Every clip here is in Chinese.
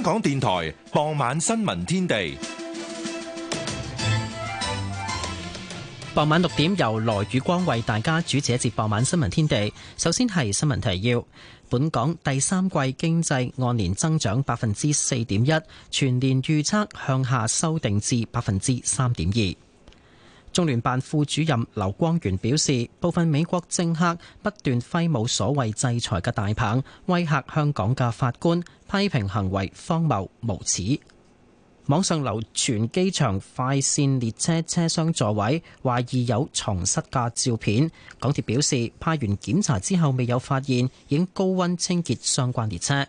港電台傍晚新聞天地。 傍晚6點由羅宇光為大家主持一節傍晚新聞天地。首先係新聞提要：本港第三季經濟按年增長4.1%，全年預測向下修訂至3.2%。中聯辦副主任劉光源表示，部分美國政客不斷揮舞所謂制裁嘅大棒，威嚇香港嘅法官，批評行為荒謬無恥。網上流傳機場快線列車車廂座位懷疑有床蝨嘅照片，港鐵表示派員檢查之後未有發現，已經高溫清潔相關列車。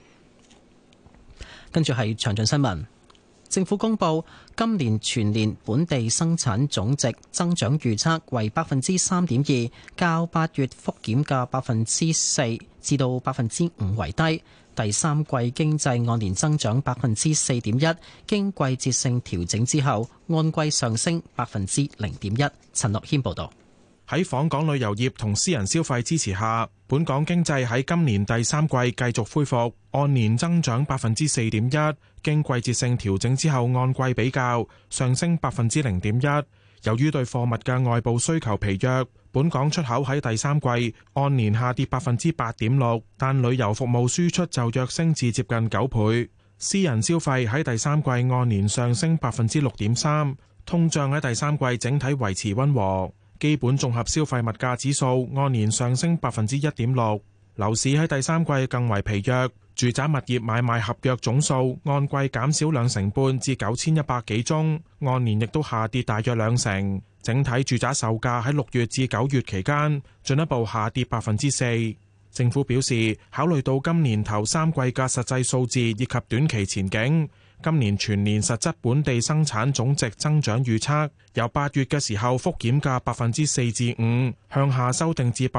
跟住係詳盡新聞。政府公布今年全年本地生產總值增長預測為3.2%，較8月復檢嘅4%至到5%為低。第三季經濟按年增長4.1%，經季節性調整之後，按季上升0.1%。陳樂軒報導。 喺訪港旅遊業同私人消費支持下，本港經濟喺今年第三季繼續恢復，按年增長4.1%，經季節性調整之後，按季比較上升0.1%。由於對貨物嘅外部需求疲弱，本港出口喺第三季按年下跌8.6%，但旅遊服務輸出就躍升至接近9倍。私人消費喺第三季按年上升6.3%，通脹喺第三季整體維持溫和。基本綜合消費物價指數按年上升1.6%。樓市喺第三季更為疲弱，住宅物業買賣合約總數按季減少2.5%至9100幾宗，按年亦都下跌大約2%。整體住宅售價喺6月至9月期間進一步下跌4%。政府表示，考慮到今年頭三季嘅實際數字以及短期前景，今年全年實質本地生產總值增長預測由8月嘅時候復檢嘅4%至5%向下修訂至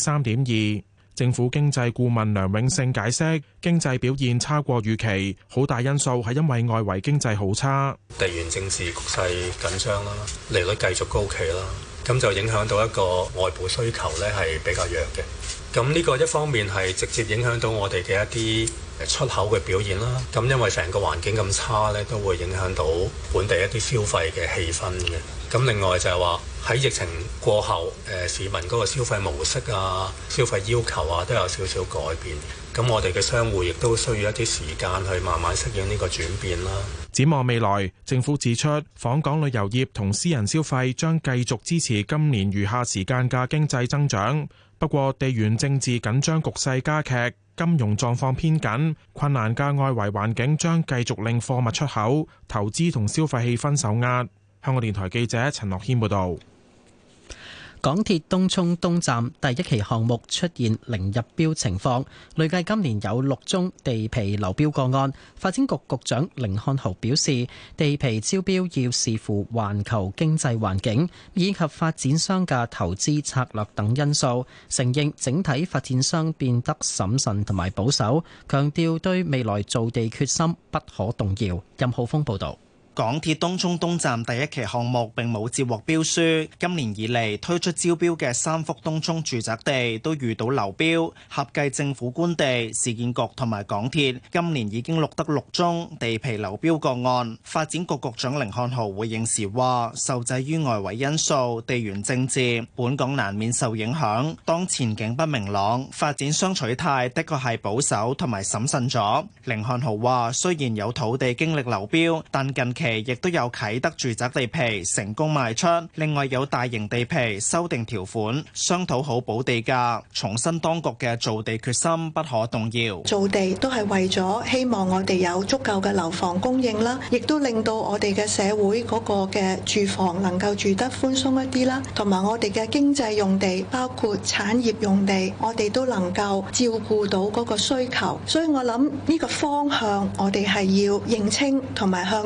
3.2%。政府經濟顧問梁永勝解釋，經濟表現差過預期，好大因素係因為外圍經濟好差， 地緣政治局勢緊張啦，利率繼續高企啦，咁就影響到一個外部需求呢係比較弱嘅。咁呢個一方面係直接影響到我哋嘅一啲出口嘅表現啦。咁因為成個環境咁差呢，都會影響到本地一啲消費嘅氣氛嘅。咁另外就係話喺疫情過後，市民嗰個消費模式啊、消費要求啊都有少少改變。咁我哋嘅商戶亦都需要一啲時間去慢慢適應呢個轉變啦。 展望未來，政府指出，訪港旅遊業同私人消費將繼續支持今年餘下時間嘅經濟增長。不過，地緣政治緊張局勢加劇，金融狀況偏緊，困難嘅外圍環境將繼續令貨物出口、投資同消費氣氛受壓。香港電台記者陳樂軒報導。 港鐵東涌東站第一期項目出現零入標情況，累計今年有6宗地皮流標個案。發展局局長甯漢豪表示，地皮招標要視乎環球經濟環境以及發展商嘅投資策略等因素，承認整體發展商變得審慎同埋保守，強調對未來造地決心不可動搖。任浩峰報導。 港鐵東涌東站第一期項目並冇接獲標書，今年以嚟推出招標嘅3幅東涌住宅地都遇到流標，合計政府官地、市建局同埋港鐵今年已經錄得6宗地皮流標個案。發展局局長甯漢豪回應時話，受制於外圍因素、地緣政治，本港難免受影響。當前景不明朗，發展商取態的確係保守同埋審慎咗。甯漢豪話，雖然有土地經歷流標，但近期亦都有啟德住宅地皮成功賣出，另外有大型地皮修訂條款，商討好補地價，重申當局嘅造地決心不可動搖。 造地都係為咗希望我哋有足夠嘅樓房供應啦，亦都令到我哋嘅社會嗰個嘅住房能夠住得寬鬆一啲啦，同埋我哋嘅經濟用地，包括產業用地，我哋都能夠照顧到嗰個需求。所以我諗呢個方向我哋係要認清同埋向前行。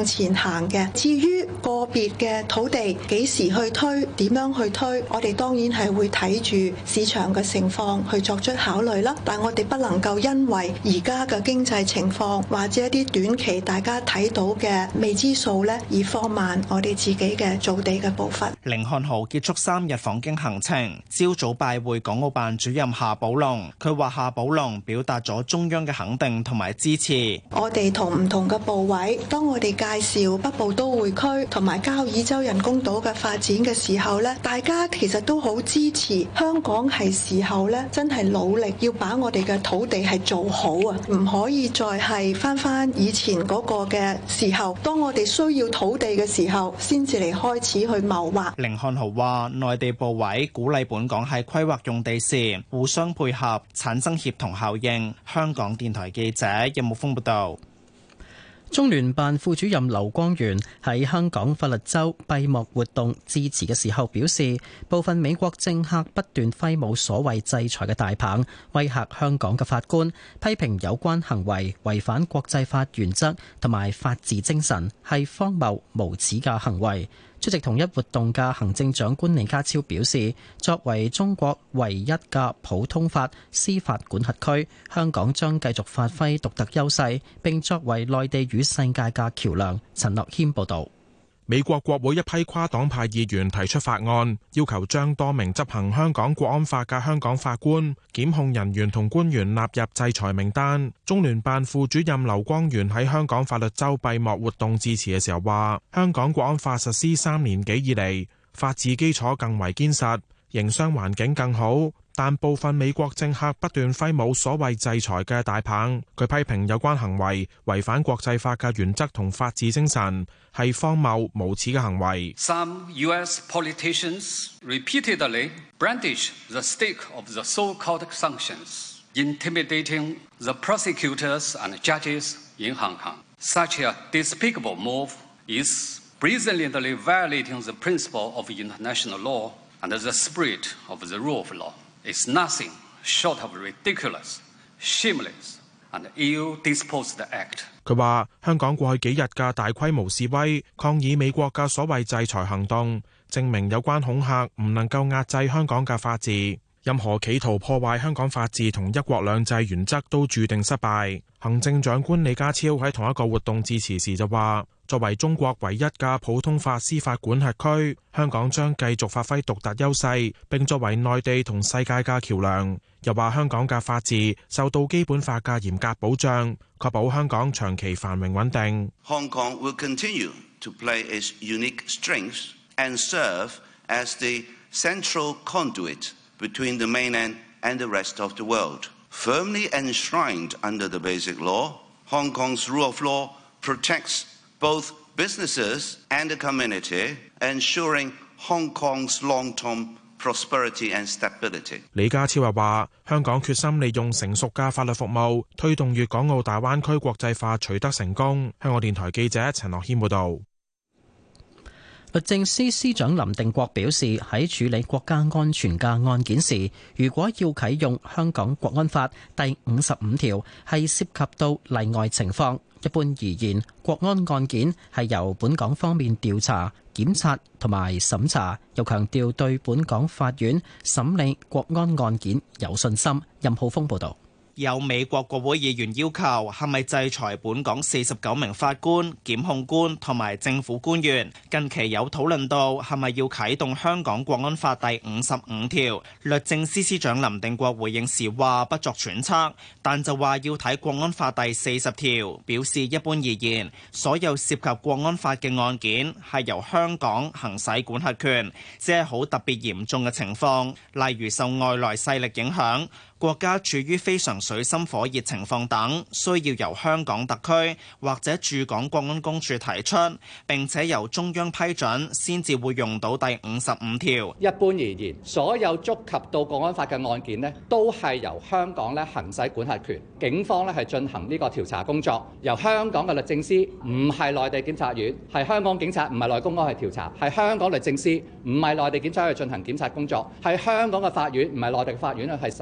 行嘅。至於個別嘅土地幾時去推，點樣去推，我哋當然係會睇住市場嘅情況去作出考慮啦。但我哋不能夠因為而家嘅經濟情況或者一啲短期大家睇到嘅未知數呢，而放慢我哋自己嘅造地嘅步伐。 甯漢豪結束3日訪京行程，朝早拜會港澳辦主任夏寶龍。佢話夏寶龍表達咗中央嘅肯定同埋支持。 我哋同唔同嘅部委，當我哋介紹北部都會區同埋交椅洲人工島嘅發展嘅時候呢，大家其實都好支持香港係時候呢，真係努力要把我哋嘅土地係做好啊，唔可以再係翻以前嗰個嘅時候，當我哋需要土地嘅時候，先至嚟開始去謀劃。 甯漢豪話：內地部委鼓勵本港喺規劃用地時互相配合，產生協同效應。香港電台記者任木峰報道。 中聯辦副主任劉光源喺香港法律週閉幕活動致辭嘅時候表示，部分美國政客不斷揮舞所謂制裁嘅大棒，威嚇香港嘅法官，批評有關行為違反國際法原則同埋法治精神，係荒謬無恥嘅行為。出席同一活動嘅行政長官李家超表示，作為中國唯一嘅普通法司法管轄區，香港將繼續發揮獨特優勢，並作為內地與世界嘅橋樑。陳樂謙報導。 美國國會一批跨黨派議員提出法案，要求將多名執行香港國安法嘅香港法官、檢控人員同官員納入制裁名單。中聯辦副主任劉光源喺香港法律週閉幕活動致辭嘅時候話，香港國安法實施3年幾以嚟，法治基礎更為堅實，營商環境更好，但部分美國政客不斷揮舞所謂制裁嘅大棒。佢批評有關行為違反國際法嘅原則同法治精神，係荒謬無恥嘅行為。 Some U.S. politicians repeatedly brandish the stick of the so-called sanctions, intimidating the prosecutors and judges in Hong Kong. Such a despicable move is brazenly violating the principle of international law and the spirit of the rule of law.It's nothing short of ridiculous, shameless, and ill-disposed act. 佢話：香港過去幾日嘅大規模示威，抗議美國嘅所謂制裁行動，證明有關恐嚇唔能夠壓制香港嘅法治。任何企圖破壞香港法治同一國兩制原則都注定失敗。行政長官李家超喺同一個活動致辭時就話：作為中國唯一嘅普通法司法管轄區，香港將繼續發揮獨特優勢，並作為內地同世界嘅橋樑。又話香港嘅法治受到基本法嘅嚴格保障，確保香港長期繁榮穩定。 Hong Kong will continue to play its unique strengths and serve as the central conduit between the mainland and the rest of the world. Firmly enshrined under the Basic Law, Hong Kong's rule of law protects both businesses and the community, ensuring Hong Kong's long-term prosperity and stability. 李家超又話：香港決心利用成熟嘅法律服務，推動粵港澳大灣區國際化取得成功。香港電台記者陳樂軒報導。 律政司司長林定國表示，喺處理國家安全嘅案件時，如果要啟用香港國安法第55條，係涉及到例外情況。一般而言，國安案件係由本港方面調查、檢察同埋審查。又強調對本港法院審理國安案件有信心。任浩峰報導。 有美國國會議員要求係咪制裁本港49名法官、檢控官同埋政府官員。近期有討論到係咪要啟動香港國安法第55條。律政司司長林定國回應時話不作揣測，但就話要睇國安法第40條，表示一般而言，所有涉及國安法嘅案件係由香港行使管轄權，只係好特別嚴重嘅情況，例如受外來勢力影響，國家處於非常水深火熱情況等，需要由香港特區或者駐港國安公署提出，並且由中央批准，先至會用到第55條。 一般而言，所有觸及到國安法嘅案件呢，都係由香港咧行使管轄權，警方咧係進行呢個調查工作，由香港嘅律政司，唔係內地檢察院，係香港警察，唔係內公安去調查，係香港律政司，唔係內地檢察去進行檢察工作，係香港嘅法院，唔係內地法院去審查。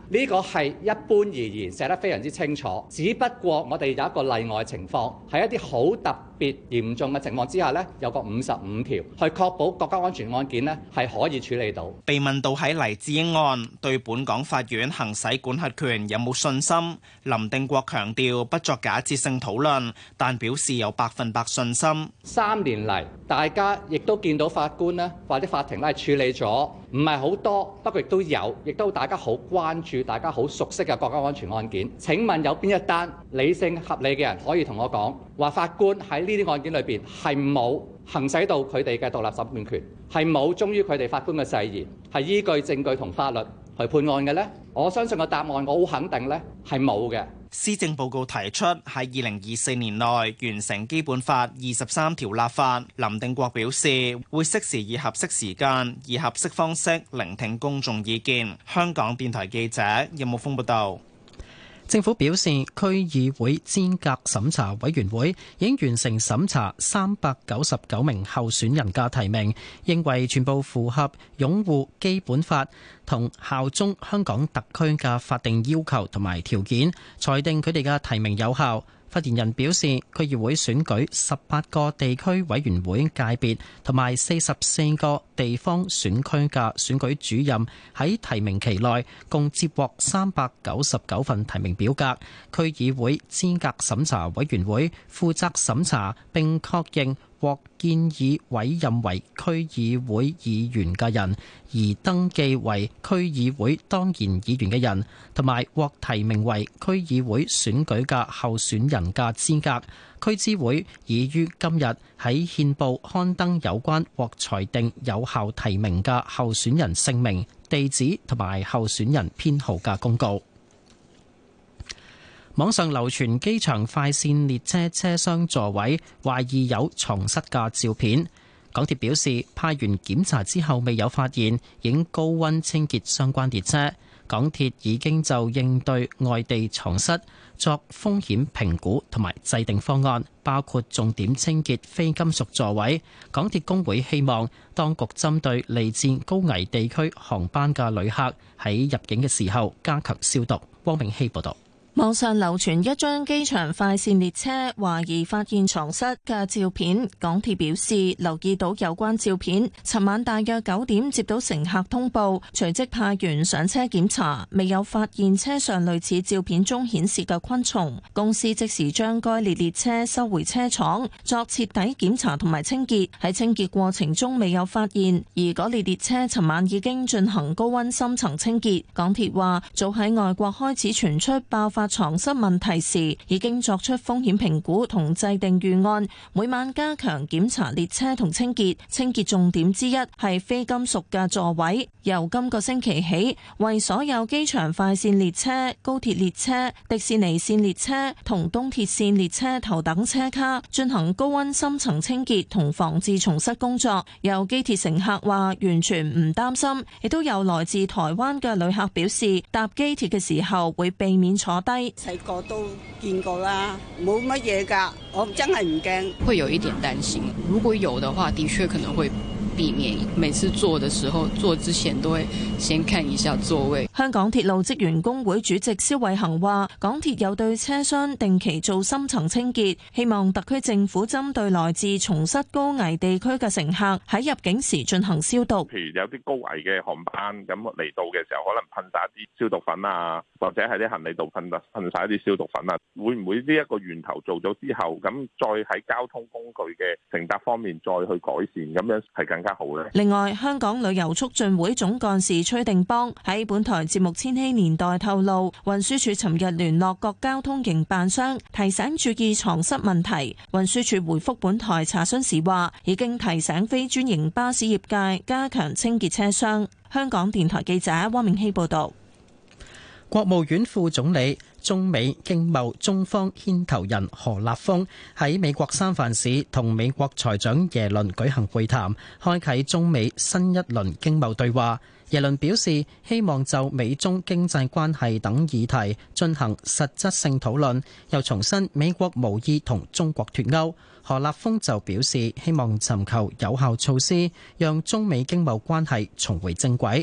呢個係一般而言寫得非常之清楚。只不過我哋有一個例外情況，喺一啲好特別嚴重嘅情況之下呢，有個55條去確保國家安全案件呢係可以處理到。 被問到喺黎智英案對本港法院行使管轄權有冇信心，林定國強調不作假設性討論，但表示有100%信心。 3年嚟，大家亦都見到法官呢或者法庭咧處理咗唔係好多，不過亦都有，亦都大家好關注、大家好熟悉嘅國家安全案件。請問有邊一單理性合理嘅人可以同我講話法官喺呢啲案件裏邊係冇行使到佢哋嘅獨立審判權，係冇忠於佢哋法官嘅誓言，係依據證據同法律去判案嘅呢？我相信個答案我好肯定呢係冇嘅。 施政報告提出喺2024年內完成基本法23條立法。林定國表示會適時以合適時間、以合適方式聆聽公眾意見。香港電台記者任慕峰報道。 政府表示，區議會資格審查委員會已經完成審查399名候選人嘅提名，認為全部符合擁護基本法同效忠香港特區嘅法定要求同埋條件，裁定佢哋嘅提名有效。發言人表示，區議會選舉18個地區委員會界別同埋44個地方選區嘅選舉主任喺提名期內共接獲399份提名表格。區議會資格審查委員會負責審查並確認獲建議委任為區議會議員嘅人，而登記為區議會當然議員嘅人，同埋獲提名為區議會選舉嘅候選人嘅資格。區諮會已於今日喺憲報刊登有關獲裁定有效提名嘅候選人姓名、地址同埋候選人編號嘅公告。網上流傳機場快線列車車廂座位懷疑有床蝨嘅照片，港鐵表示派員檢查之後未有發現，已高溫清潔相關列車。港鐵已經就應對外地床蝨作風險評估同埋制定方案，包括重點清潔非金屬座位。港鐵工會希望當局針對嚟自高危地區航班嘅旅客喺入境嘅時候加強消毒。汪明希報導。 網上流傳一張機場快線列車懷疑發現床蝨嘅照片，港鐵表示留意到有關照片，尋晚大約9點接到乘客通報，隨即派員上車檢查，未有發現車上類似照片中顯示嘅昆蟲。公司即時將該列車收回車廠作徹底檢查同埋清潔，喺清潔過程中未有發現，而嗰列車尋晚已經進行高溫深層清潔。港鐵話早喺外國開始傳出爆發床蝨問題時，已經作出風險評估同制定預案，每晚加強檢查列車同清潔。清潔重點之一係非金屬嘅座位。由今個星期起，為所有機場快線列車、高鐵列車、迪士尼線列車同東鐵線列車頭等車卡進行高溫深層清潔同防治蟲蝨工作。有機鐵乘客話完全唔擔心，亦都有來自台灣嘅旅客表示搭機鐵嘅時候會避免坐低。 細個都見過啦，冇乜嘢㗎，我真係唔驚。 會有一點擔心，如果有的話，的確可能會避免每次坐的時候，坐之前都會先看一下座位。 香港鐵路職員工會主席蕭偉恒話，港鐵有對車廂定期做深層清潔，希望特區政府針對來自蟲蝨高危地區嘅乘客喺入境時進行消毒。 譬如有啲高危嘅航班咁嚟到嘅時候，可能噴灑啲消毒粉啊，或者喺啲行李度噴灑一啲消毒粉啊，會唔會呢一個源頭做咗之後，咁再喺交通工具嘅乘搭方面再去改善，咁樣係更加好咧。 另外，香港旅遊促進會總幹事崔定邦喺本台節目《千禧年代》透露，運輸署尋日聯絡各交通營辦商，提醒注意床蝨問題。運輸署回覆本台查詢時話，已經提醒非專營巴士業界加強清潔車廂。香港電台記者汪明希報導。 國務院副總理、中美經貿中方牽頭人何立峰喺美國三藩市同美國財長耶倫舉行會談，開啟中美新一輪經貿對話。耶倫表示希望就美中經濟關係等議題進行實質性討論，又重申美國無意同中國脫鈎。何立峰就表示希望尋求有效措施，讓中美經貿關係重回正軌。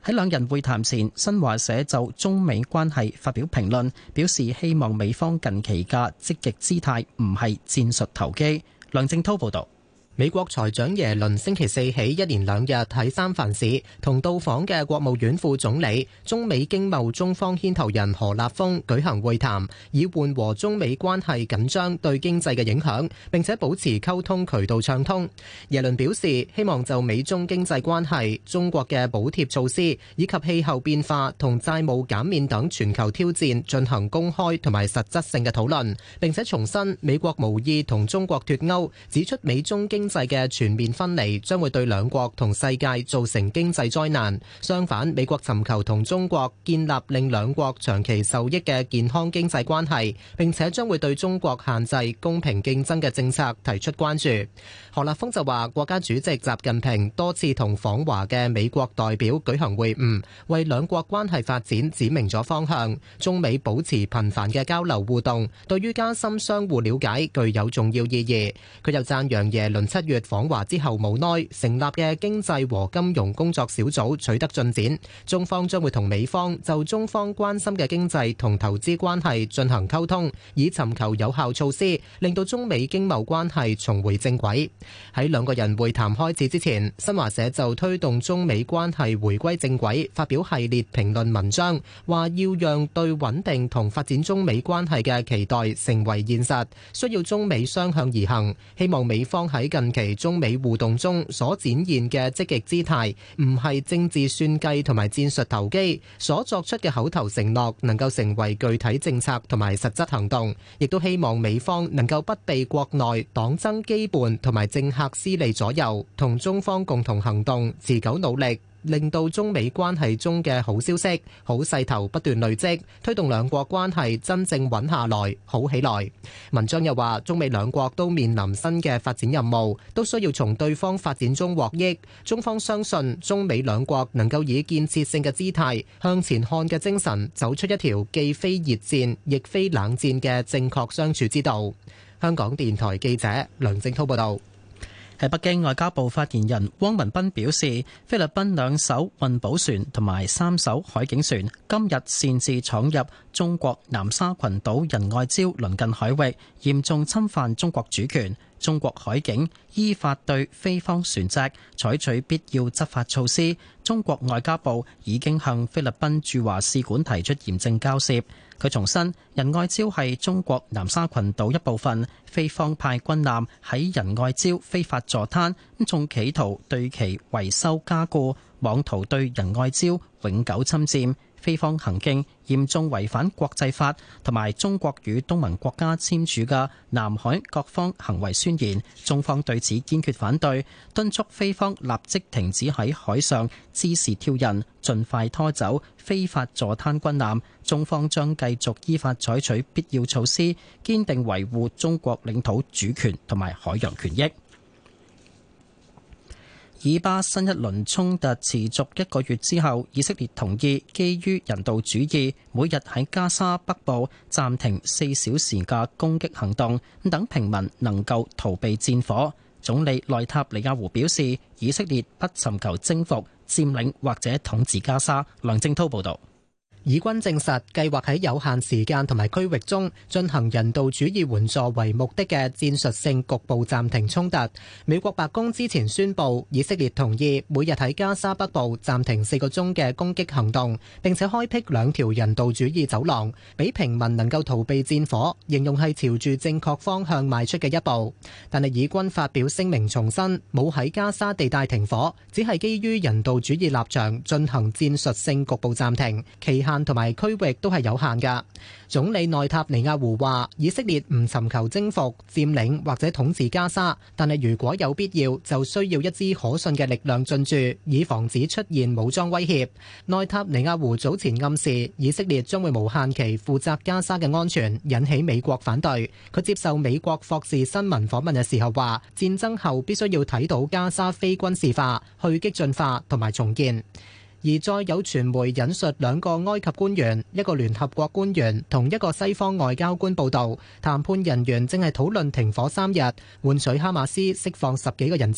喺兩人會談前，新華社就中美關係發表評論，表示希望美方近期嘅積極姿態唔係戰術投機。梁正滔報導。 美國財長耶倫星期四起一連2日喺三藩市同到訪嘅國務院副總理、中美經貿中方牽頭人何立峰舉行會談，以緩和中美關係緊張對經濟嘅影響，並且保持溝通渠道暢通。耶倫表示，希望就美中經濟關係、中國嘅補貼措施以及氣候變化同債務減免等全球挑戰進行公開同埋實質性嘅討論，並且重申美國無意同中國脫鈎，指出美中經濟嘅全面分離將會對兩國同世界造成經濟災難。相反，美國尋求同中國建立令兩國長期受益嘅健康經濟關係，並且將會對中國限制公平競爭嘅政策提出關注。何立峰就話，國家主席習近平多次同訪華嘅美國代表舉行會晤，為兩國關係發展指明咗方向。中美保持頻繁嘅交流互動，對於加深相互了解具有重要意義。佢又讚揚耶倫7月訪華之後無奈成立嘅經濟和金融工作小組取得進展，中方將會同美方就中方關心嘅經濟同投資關係進行溝通，以尋求有效措施，令到中美經貿關係重回正軌。喺兩個人會談開始之前，新華社就推動中美關係回歸正軌發表系列評論文章，話要讓對穩定同發展中美關係嘅期待成為現實，需要中美雙向而行。希望美方喺近期中美互動中所展現嘅積極姿態，唔係政治算計同埋戰術投機，所作出嘅口頭承諾能夠成為具體政策同埋實質行動，亦都希望美方能夠不被國內黨爭羈絆同埋政客私利左右，同中方共同行動，持久努力，令到中美關係中嘅好消息、好勢頭不斷累積，推動兩國關係真正穩下來、好起來。文章又話，中美兩國都面臨新嘅發展任務，都需要從對方發展中獲益。中方相信中美兩國能夠以建設性嘅姿態、向前看嘅精神，走出一條既非熱戰亦非冷戰嘅正確相處之道。香港電台記者梁正滔報道。 喺北京，外交部發言人汪文斌表示，菲律賓2艘運補船同埋3艘海警船今日擅自闖入中國南沙群島仁愛礁鄰近海域，嚴重侵犯中國主權。中國海警依法對菲方船隻採取必要執法措施。中國外交部已經向菲律賓駐華使館提出嚴正交涉。佢重申，仁愛礁係中國南沙群島一部分，菲方派軍艦喺仁愛礁非法坐灘，仲企圖對其維修加固，妄圖對仁愛礁永久侵佔。菲方行徑嚴重違反國際法同埋中國與東盟國家簽署嘅南海各方行為宣言，中方對此堅決反對，敦促菲方立即停止喺海上滋事挑釁，盡快拖走非法坐灘軍艦。中方將繼續依法採取必要措施，堅定維護中國領土主權同埋海洋權益。以巴新一輪衝突持續1個月之後，以色列同意基於人道主義，每日喺加沙北部暫停4小時嘅攻擊行動，等平民能夠逃避戰火。總理內塔尼亞胡表示，以色列不尋求征服、佔領或者統治加沙。梁正滔報導。 以軍證實計劃喺有限時間同埋區域中進行人道主義援助為目的嘅戰術性局部暫停衝突。美國白宮之前宣布，以色列同意每日喺加沙北部暫停4個鐘嘅攻擊行動，並且開闢2條人道主義走廊，俾平民能夠逃避戰火，形容係朝住正確方向邁出嘅一步。但係以軍發表聲明重申，冇喺加沙地帶停火，只係基於人道主義立場進行戰術性局部暫停，期限同埋區域都係有限㗎。總理內塔尼亞胡話，以色列唔尋求征服、佔領或者統治加沙，但係如果有必要，就需要一支可信嘅力量進駐，以防止出現武裝威脅。內塔尼亞胡早前暗示，以色列將會無限期負責加沙嘅安全，引起美國反對。佢接受美國霍士新聞訪問嘅時候話，戰爭後必須要睇到加沙非軍事化、去激進化同埋重建。而再有傳媒引述2個埃及官員、1個聯合國官員同1個西方外交官報道，談判人員正係討論停火3日，換取哈馬斯釋放10幾個人質。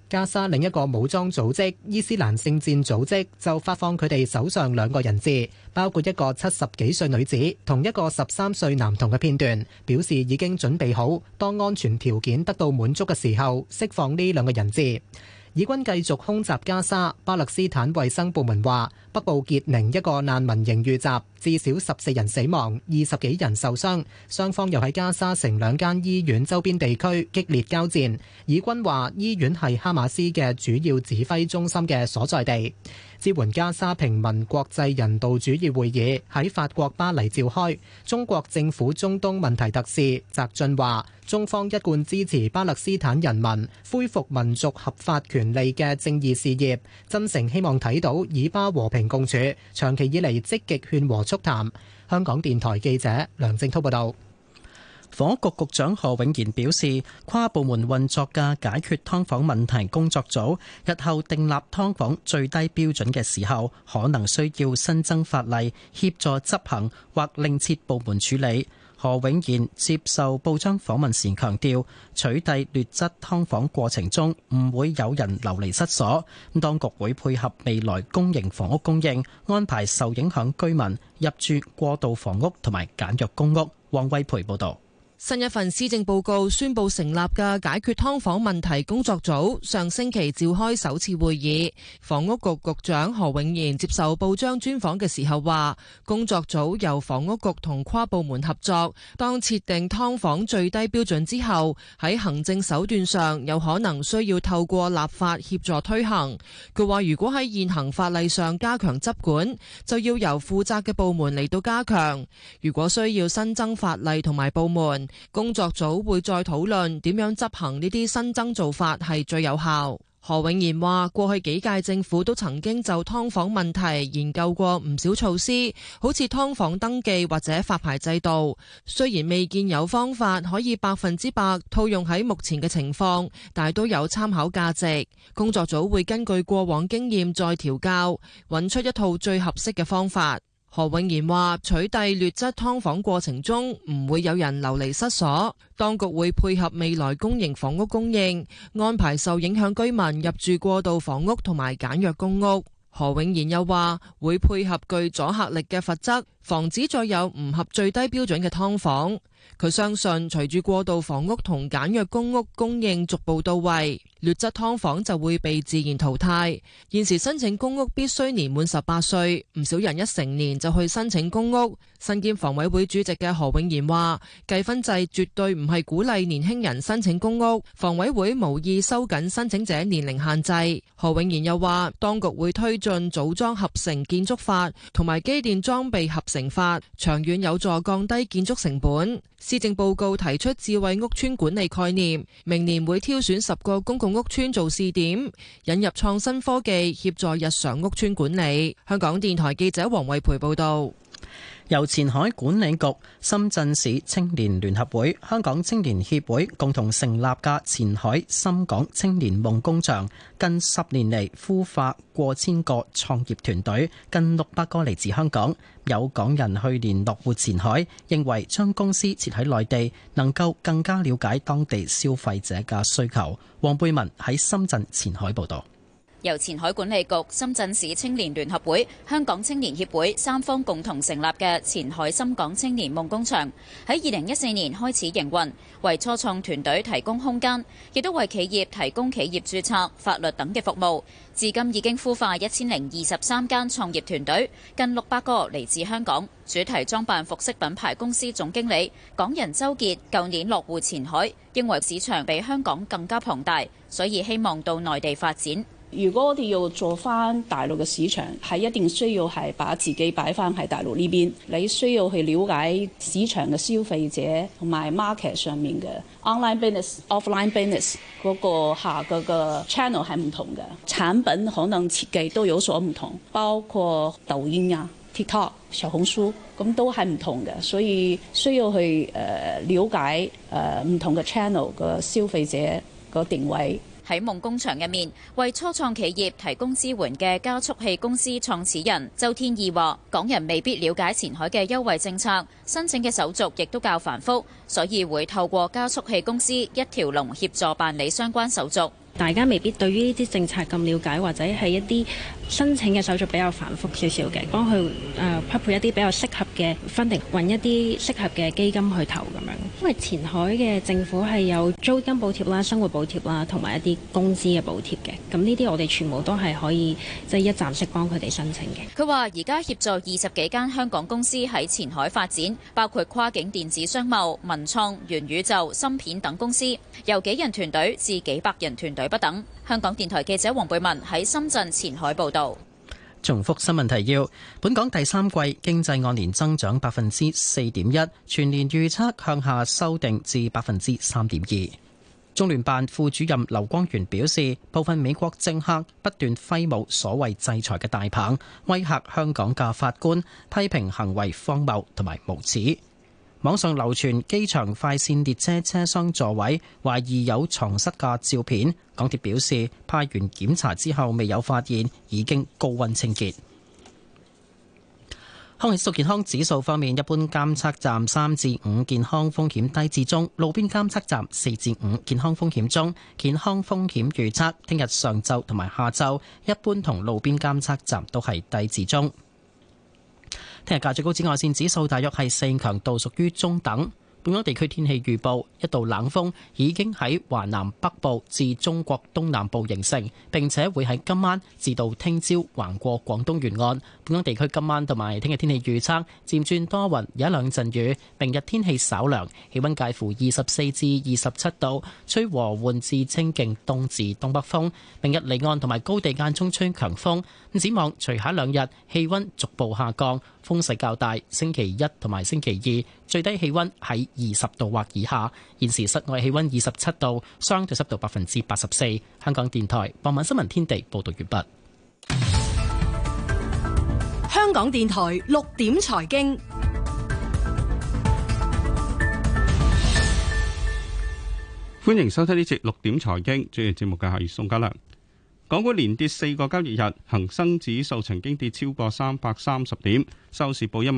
加沙另一個武裝組織伊斯蘭聖戰組織就發放佢哋手上2個人質，包括一個70幾歲女子同一個13歲男童嘅片段，表示已經準備好當安全條件得到滿足嘅時候釋放呢2個人質。以軍繼續空襲加沙，巴勒斯坦衛生部門話北部傑寧一個難民營遇襲，至少14人死亡，20幾人受傷。雙方又喺加沙城2間醫院周邊地區激烈交戰。以軍話醫院係哈馬斯嘅主要指揮中心嘅所在地。支援加沙平民國際人道主義會議喺法國巴黎召開。中國政府中東問題特使翟俊話，中方一貫支持巴勒斯坦人民恢復民族合法權利嘅正義事業，真誠希望睇到以巴和平共處，長期以嚟積極勸和促談。香港電台記者梁正滔報導。 房屋局局長何永賢表示，跨部門運作嘅解決劏房問題工作組日後訂立劏房最低標準嘅時候，可能需要新增法例協助執行，或另設部門處理。何永賢接受報章訪問時強調，取締劣質劏房過程中唔會有人流離失所，當局會配合未來公營房屋供應，安排受影響居民入住過渡房屋同埋簡約公屋。汪威培報導。 新一份施政報告宣布成立嘅解決劏房問題工作組上星期召開首次會議，房屋局局長何永賢接受報章專訪嘅時候話，工作組由房屋局同跨部門合作，當設定劏房最低標準之後，喺行政手段上有可能需要透過立法協助推行。佢話如果喺現行法例上加強執管，就要由負責嘅部門嚟到加強，如果需要新增法例同埋部門，工作組會再討論點樣執行呢啲新增做法係最有效。何永賢話，過去幾屆政府都曾經就劏房問題研究過唔少措施，好似劏房登記或者發牌制度，雖然未見有方法可以100%套用喺目前嘅情況，但係都有參考價值。工作組會根據過往經驗再調校，揾出一套最合適嘅方法。何永賢話，取締劣質劏房過程中唔會有人流離失所，當局會配合未來公營房屋供應，安排受影響居民入住過渡房屋同埋簡約公屋。何永賢又話，會配合具阻嚇力嘅罰則，防止再有唔合最低標準嘅劏房。佢相信隨住過渡房屋同簡約公屋供應逐步到位，劣質劏房就會被自然淘汰。現時申請公屋必須年滿18歲，唔少人一成年就去申請公屋。身兼房委會主席嘅何永賢話，計分制絕對唔係鼓勵年輕人申請公屋，房委會無意收緊申請者年齡限制。何永賢又話，當局會推進組裝合成建築法同埋機電裝備合成法，長遠有助降低建築成本。施政報告提出智慧屋邨管理概念，明年會挑選10個公共屋邨做試點，引入創新科技協助日常屋邨管理。香港電台記者黃慧培報道。 由前海管理局、深圳市青年聯合會、香港青年協會共同成立嘅前海深港青年夢工場，近10年嚟孵化過千個創業團隊，近600個嚟自香港。有港人去年落戶前海，認為將公司設喺內地，能夠更加了解當地消費者嘅需求。黃貝文喺深圳前海報道。 由前海管理局、深圳市青年聯合會、香港青年協會3方共同成立嘅前海深港青年夢工場，喺2014年開始營運，為初創團隊提供空間，亦都為企業提供企業註冊、法律等嘅服務。至今已經孵化1023間創業團隊，近600個嚟自香港。主題裝扮服飾品牌公司總經理港人周傑舊年落戶前海，認為市場比香港更加龐大，所以希望到內地發展。 如果我哋要做翻大陸嘅市場，係一定需要係把自己擺翻喺大陸呢邊。你需要去了解市場嘅消費者同埋 market 上面嘅 online business、offline business 嗰個下嗰個 channel 係唔同嘅，產品可能設計都有所唔同，包括抖音啊、TikTok、小紅書咁都係唔同嘅，所以需要去了解唔同嘅 channel 嘅消費者個定位。 喺夢工場入面，為初創企業提供支援嘅加速器公司創始人周天意話，港人未必了解前海嘅優惠政策，申請嘅手續亦都較繁複，所以會透過加速器公司一條龍協助辦理相關手續。 大家未必對於呢啲政策咁了解，或者係一啲申請嘅手續比較繁複少少嘅，幫佢匹配一啲比較適合嘅funding，揾一啲適合嘅基金去投咁樣。因為前海嘅政府係有租金補貼啦、生活補貼啦，同埋一啲工資嘅補貼嘅。咁呢啲我哋全部都係可以即係一站式幫佢哋申請嘅。 佢話而家協助20幾間香港公司喺前海發展，包括跨境電子商務、文創、元宇宙、芯片等公司，由幾人團隊至幾百人團隊不等。香港電台記者黃貝文喺深圳前海報道。 重複新聞提要：本港第三季經濟按年增長4.1%，全年預測向下修訂至3.2%。中聯辦副主任劉光源表示，部分美國政客不斷揮舞所謂制裁嘅大棒，威嚇香港嘅法官，批評行為荒謬同埋無恥。網上流傳機場快線列車車廂座位懷疑有床蝨嘅照片，港鐵表示派員檢查之後未有發現，已經高溫清潔。空氣質素健康指數方面，一般監測站3至5健康風險低至中，路邊監測站4至5健康風險中。健康風險預測聽日上晝同埋下晝，一般同路邊監測站都係低至中。聽日嘅最高紫外線指數大約係4，強度屬於中等。本港地區天氣預報，一道冷鋒已經喺華南北部至中國東南部形成，並且會喺今晚至到聽朝橫過廣東沿岸。本港地區今晚同埋聽日天氣預測漸轉多雲，有一兩陣雨。明日天氣稍涼，氣溫介乎24至27度，吹和緩至清勁東至東北風。明日離岸同埋高地間中吹強風。展望隨下兩日氣溫逐步下降，風勢較大。星期一同埋星期二最低氣溫喺20度或以下。現時室外氣溫27度，相對濕度84%。香港電台傍晚新聞天地報道完畢。 香港電台6點財經， 歡迎收聽呢節6點財經。主持節目嘅係宋家良。港股連跌4個交易日，恒生指數曾經跌超過330點，收市報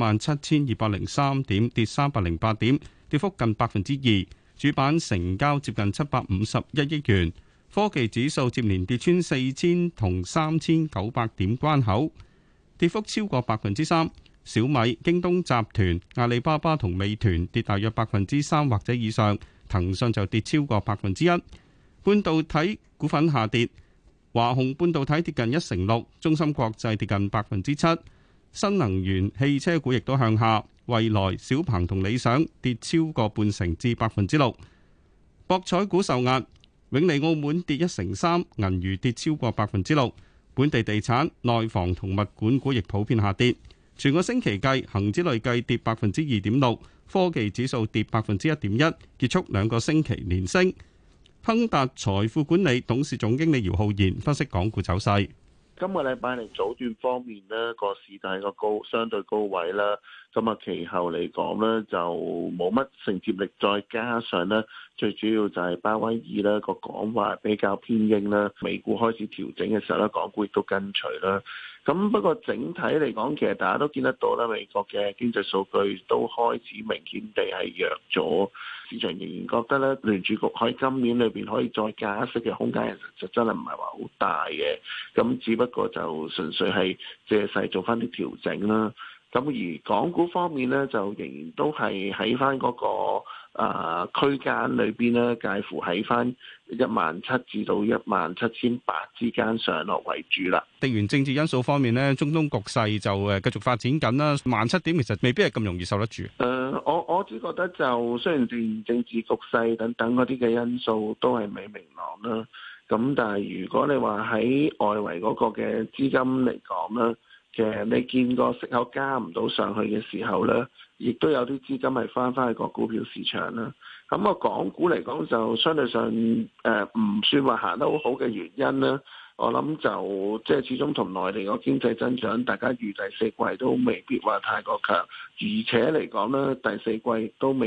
17,203點，跌308點，跌幅近2%。主板成交接近751億元。科技指數接連跌穿4000同3900點關口，跌幅超過3%。小米、京東集團、阿里巴巴同美團跌大約3%或者以上，騰訊就跌超過1%。半導體股份下跌。華虹半導體跌近1成6%，中芯國際跌近7%，新能源汽車股亦都向下，蔚來、小鵬同理想跌超過半成至6%。博彩股受壓，永利澳門跌1成3%，銀娛跌超過6%。本地地產、內房同物管股亦普遍下跌。全個星期計，恒指累計跌2.6%，科技指數跌1.1%，結束2個星期連升。亨達財富管理董事總經理姚浩然分析港股走勢。 今個禮拜嚟早段方面呢個市就係個相對高位啦。咁啊，其後嚟講呢就冇乜承接力，再加上呢最主要就係鮑威爾呢個講話比較偏鷹啦，美股開始調整嘅時候呢，港股亦都跟隨啦。咁不過整體嚟講，其實大家都見得到啦，美國嘅經濟數據都開始明顯地係弱咗，市場仍然覺得咧聯儲局喺今年裏邊可以再加息嘅空間，其實就真係唔係話好大嘅。咁只不過就純粹係借勢做翻啲調整啦。咁而港股方面咧，就仍然都係喺翻嗰個區間裏邊咧，介乎喺翻17,000至到17,800之間上落為主啦。 地緣政治因素方面咧，中東局勢就繼續發展緊啦。17,000點其實未必係咁容易受得住。 我只覺得就雖然地緣政治局勢等等嗰啲嘅因素都係未明朗啦，咁但係如果你話喺外圍嗰個嘅資金嚟講咧，其實你見個息口加唔到上去嘅時候咧，亦都有啲資金係翻去個股票市場啦。咁個港股嚟講就相對上唔算話行得好好嘅原因啦。我諗就即係始終同內地個經濟增長，大家預第四季都未必話太過強，而且嚟講咧第四季都未必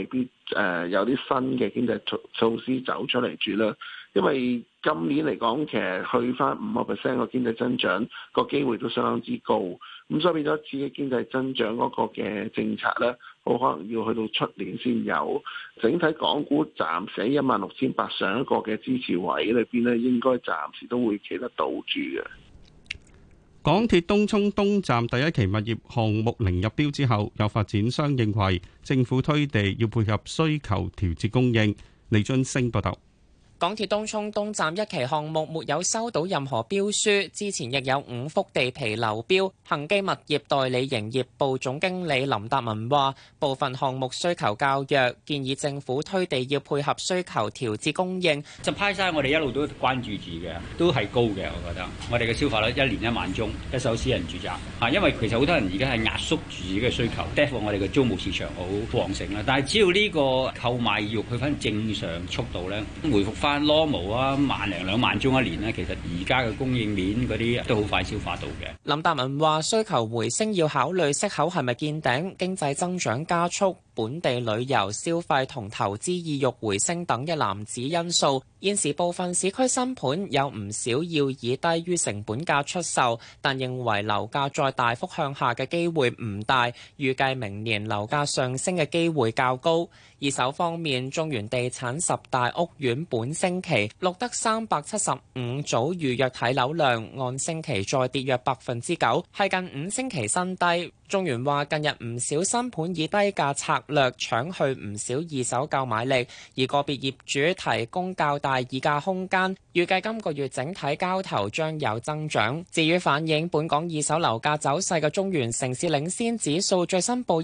有啲新嘅經濟措施走出嚟住啦。因為今年嚟講，其實去翻5% 個經濟增長個機會都相當之高，咁所以變咗刺激經濟增長嗰個嘅政策咧，好可能要去到出年先有。整體港股暫時喺16,800上一個嘅支持位裏邊咧，應該暫時都會企得到住嘅。 港鐵東涌東站第一期物業項目零入標之後，有發展商認為政府推地要配合需求調節供應。李津升報道。 港鐵東涌東站一期項目沒有收到任何標書，之前亦有5幅地皮流標。恒基物業代理營業部總經理林達文話：部分項目需求較弱，建議政府推地要配合需求調節供應。 supply side我哋一路都關注住嘅，都係高嘅，我覺得。我哋嘅消化率1年1萬宗，一手私人住宅啊，因為其實好多人而家係壓縮住自己嘅需求 therefore 我哋嘅租務市場好旺盛啦。但係只要呢個購買意欲去翻正常速度咧，回復翻 normal 啊，1零2萬宗一年咧，其實而家嘅供應鏈嗰啲都好快消化到嘅。 林達文話：需求回升要考慮息口係咪見頂、經濟增長加速、本地旅遊消費同投資意欲回升等一籃子因素。現時部分市區新盤有唔少要以低於成本價出售，但認為樓價再大幅向下嘅機會唔大，預計明年樓價上升嘅機會較高。二手方面，中原地產10大屋苑本星期錄得375組預約睇樓量，按星期再跌約9%，係近5星期新低。中原話近日唔少新盤以低價策略搶去唔少二手購買力，而個別業主提供較大議價空間，預計今個月整體交投將有增長。至於反映本港二手樓價走勢嘅中原城市領先指數最新報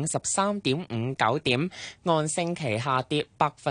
153.59點，按星期下跌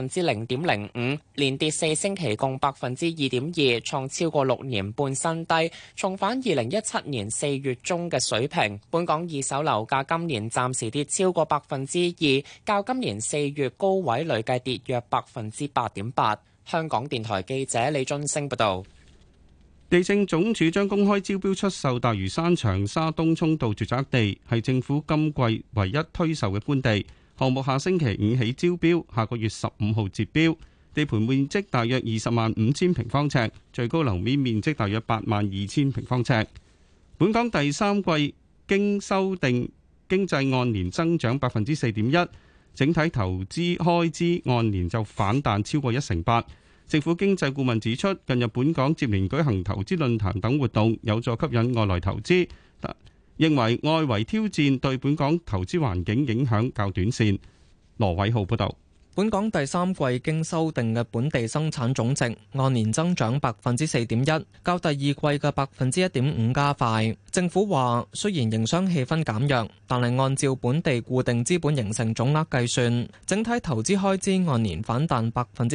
0.05%，連跌4星期共2.2%，創超過6年半新低，重返2017年4月中嘅水平。本港二手樓價今年暫時跌超過2%，較今年4月高位累計跌約8.8%。香港電台記者李津升報道。 地政總署將公開招標出售大嶼山長沙東涌道住宅地，係政府今季唯一推售嘅官地。項目下星期5起招標，下個月15號截標。地盤面積大約20.5萬平方尺，最高樓面面積大約82000平方尺。本港第三季經修訂經濟按年增長4.1%，整體投資開支按年就反彈超過1成8%。政府經濟顧問指出，近日本港接連舉行投資論壇等活動，有助吸引外來投資，認為外圍挑戰對本港投資環境影響較短線。羅偉浩報導。 本港第三季經修訂嘅本地生產總值按年增長4.1%，較第二季嘅1.5%加快。政府話，雖然營商氣氛減弱，但係按照本地固定資本形成總額計算，整體投資開支按年反彈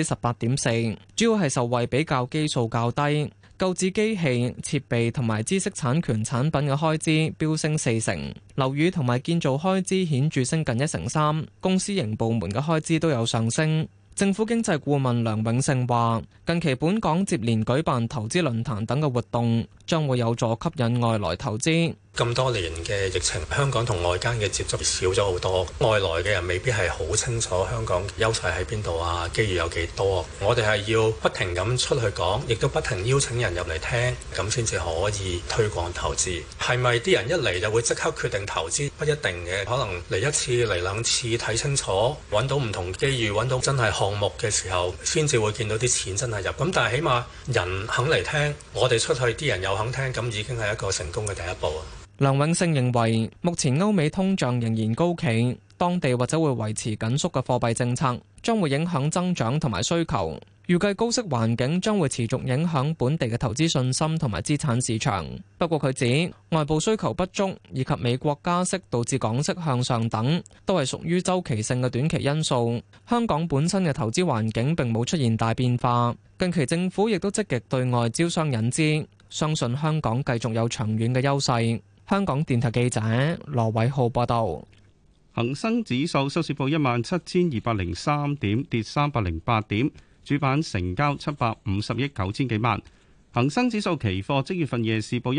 18.4%，主要係受惠比較基數較低。購置機器、設備同埋知識產權產品嘅開支飆升4成，樓宇同埋建造開支顯著升近1.3%，公司營部門嘅開支都有上升。政府經濟顧問梁永勝話：近期本港接連舉辦投資論壇等嘅活動，將會有助吸引外來投資。 咁多年嘅疫情，香港同外間嘅接觸少咗好多，外來嘅人未必係好清楚香港優勢喺邊度啊，機遇有幾多。我哋係要不停咁出去講，亦都不停邀請人入嚟聽，咁先至可以推廣投資。係咪啲人一嚟就會即刻決定投資？不一定嘅，可能嚟1次嚟2次睇清楚，揾到唔同機遇，揾到真係項目嘅時候，先至會見到啲錢真係入。咁但係起碼人肯嚟聽，我哋出去啲人又肯聽，咁已經係一個成功嘅第一步啊！ 梁永勝認為，目前歐美通脹仍然高企，當地或者會維持緊縮嘅貨幣政策，將會影響增長同埋需求。預計高息環境將會持續影響本地嘅投資信心同埋資產市場。不過佢指，外部需求不足以及美國加息導致港息向上等，都係屬於週期性嘅短期因素。香港本身嘅投資環境並冇出現大變化。近期政府亦都積極對外招商引資，相信香港繼續有長遠嘅優勢。香港電台記者羅偉浩報道。 恒生指數收市報17,203點，跌308點，主板成交750億9千幾萬。恒生指數期貨即月份夜市報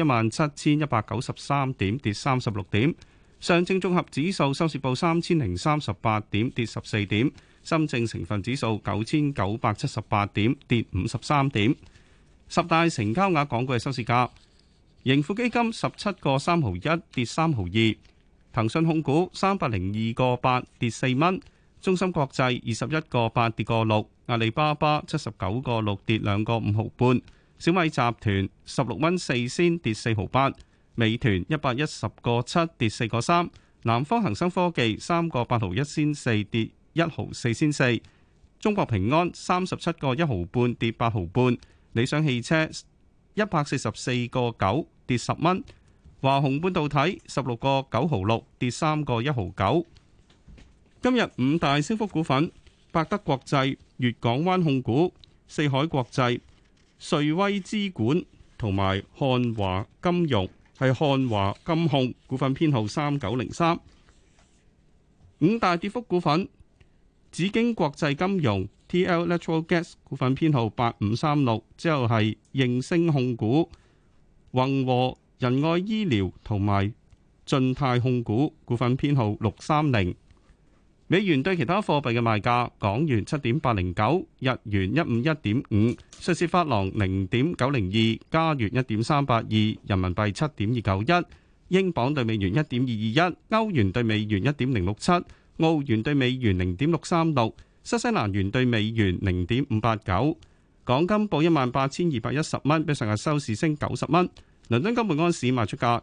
17,193點，跌36點。上證綜合指數收市報3038點，跌14點。 深證成分指數9978點，跌53點。十大成交額港股嘅收市價，盈富基金17個3毫1，跌3毫2。騰訊控股302個8，跌4蚊。中芯國際21個8，跌個6。阿里巴巴79個6，跌2個5毫半。小米集團16蚊4仙，跌4毫8。美團110個7，跌4個3。南方恒生科技3個8毫1仙4，跌1毫4仙4。中國平安37個1毫半，跌8毫半。理想汽車144個9，跌10蚊。華虹半導體16個9毫6，跌3個1毫9。今日五大升幅股份：百德國際、粵港灣控股、四海國際、瑞威資管同埋漢華金融，係漢華金控股份編號3903。五大跌幅股份：紫荊國際金融、TL Natural Gas 股份編號8536，之後係應聲控股、宏和仁愛醫療同埋晉泰控股股份編號630。美元對其他貨幣嘅賣價：港元7.809，日元151.5，瑞士法郎0.902，加元1.382，人民幣7.291，英鎊對美元1.221，歐元對美元1.067，澳元對美元0.636，新西蘭元對美元0.589。港金報18,210蚊，比上日收市升90蚊。倫敦金每安士賣出價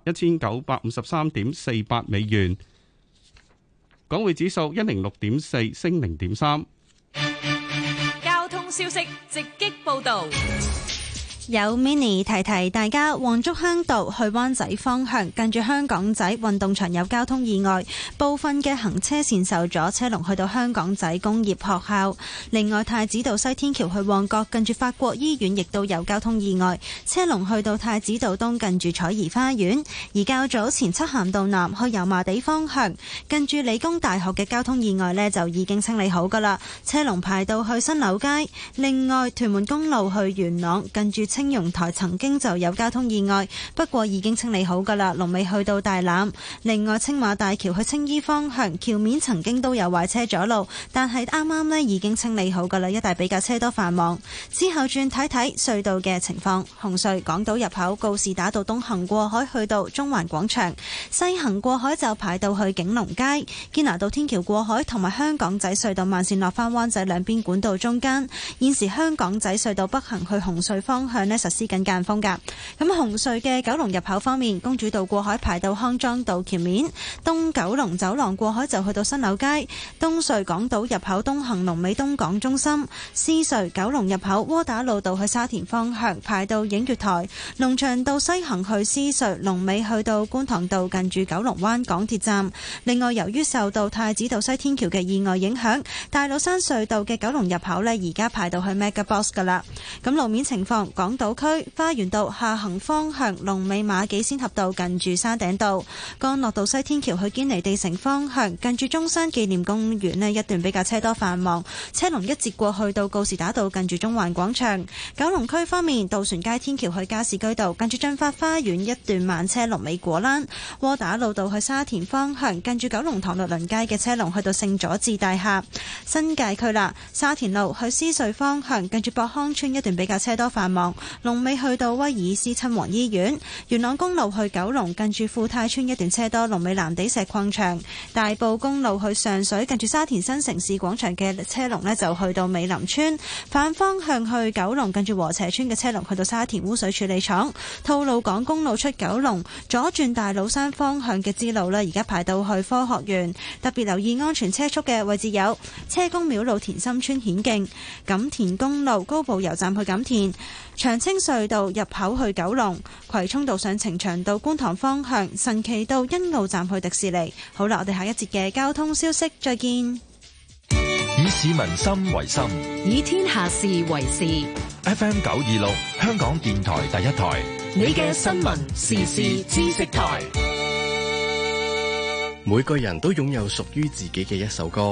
1953.48美元。港匯指數106.4，升0.3。 交通消息直擊報道。 有 mini 提提大家，黃竹坑道去灣仔方向，近住香港仔運動場有交通意外，部分嘅行車線受阻，車龍去到香港仔工業學校。另外，太子道西天橋去旺角，近住法國醫院亦都有交通意外，車龍去到太子道東，近住彩怡花園。而較早前漆咸道南去油麻地方向，近住理工大學嘅交通意外呢，就已經清理好噶啦，車龍排到去新柳街。另外，屯門公路去元朗，近住青榕台曾經就有交通意外，不過已經清理好噶啦，龍尾去到大欖。另外，青馬大橋去青衣方向，橋面曾經都有壞車阻路，但係啱啱呢已經清理好噶啦，一帶比較車多繁忙。之後轉睇睇隧道嘅情況，紅隧港島入口告士打道東行過海去到中環廣場，西行過海就排到去景隆街。堅拿道天橋過海同埋香港仔隧道慢線落翻灣仔兩邊管道中間。現時香港仔隧道北行去紅隧方向實施緊間封㗎。咁紅隧嘅九龍入口方面，公主道過海排到康莊道橋面，東九龍走廊過海就去到新柳街。東隧港島入口東行龍尾東港中心，獅隧九龍入口窩打老道去沙田方向排到映月台，龍翔道西行去獅隧龍尾去到觀塘道近住九龍灣港鐵站。另外，由於受到太子道西天橋嘅意外影響，大老山隧道嘅九龍入口呢而家排到去 MegaBox 㗎啦。咁路面情況，港島區花園道下行方向龍尾馬己仙峽道近住山頂道，干諾道西天橋去堅尼地城方向近住中山紀念公園呢一段比較車多繁忙，車龍一截過去到告士打道近住中環廣場。九龍區方面，渡船街天橋去加士居道近住駿發花園一段慢車龍尾果欄，窩打老道去沙田方向近住九龍塘律倫街嘅車龍去到聖佐治大廈。新界區啦，沙田路去獅隧方向近住博康村一段比較車多繁忙，龍尾去到威爾斯親王醫院。元朗公路去九龍近住富泰村一段車多，龍尾藍地石礦場。大埔公路去上水近住沙田新城市廣場嘅車龍呢，就去到美林村。反方向去九龍近住禾輋村嘅車龍去到沙田污水處理廠。吐露港公路出九龍左轉大老山方向嘅支路呢，而家排到去科學園。特別留意安全車速嘅位置有車公廟路田心村顯徑、錦田公路高埗油站去錦田、長青隧道入口去九龍、葵涌道上呈祥道觀塘方向、神奇道欣澳站去迪士尼。好啦，我哋下一節嘅交通消息再見。 以市民心為心， 以天下事為事。 FM 926香港電台第一台， 你嘅新聞時事知識台。 每個人都擁有屬於自己嘅一首歌，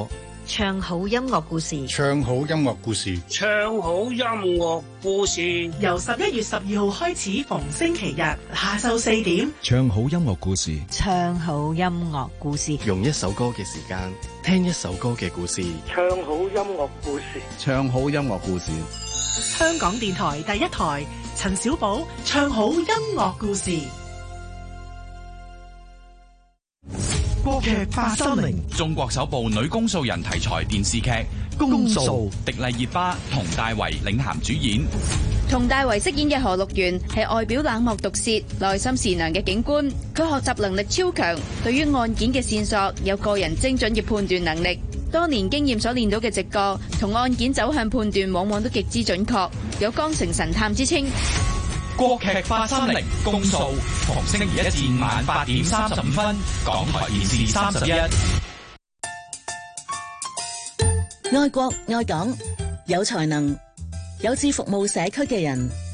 唱好音樂故事， 唱好音樂故事， 唱好音樂故事。 由11月12號開始，逢星期日下晝4點， 唱好音樂故事， 唱好音樂故事， 用一首歌嘅時間聽一首歌嘅故事， 唱好音樂故事， 唱好音樂故事。 香港電台第一台，陳小寶唱好音樂故事。 國劇八三零，中國首部女公訴人題材電視劇《公訴》，迪麗熱巴、佟大為領銜主演。 佟大為飾演嘅何陸源係外表冷漠毒舌、內心善良嘅警官，佢學習能力超強，對於案件嘅線索有個人精準嘅判斷能力。多年經驗所練到嘅直覺同案件走向判斷，往往都極之準確，有江城神探之稱。 國劇830公訴，逢星期一至五晚8點35分，港台電視31。 愛國愛港，有才能、有志服務社區嘅人。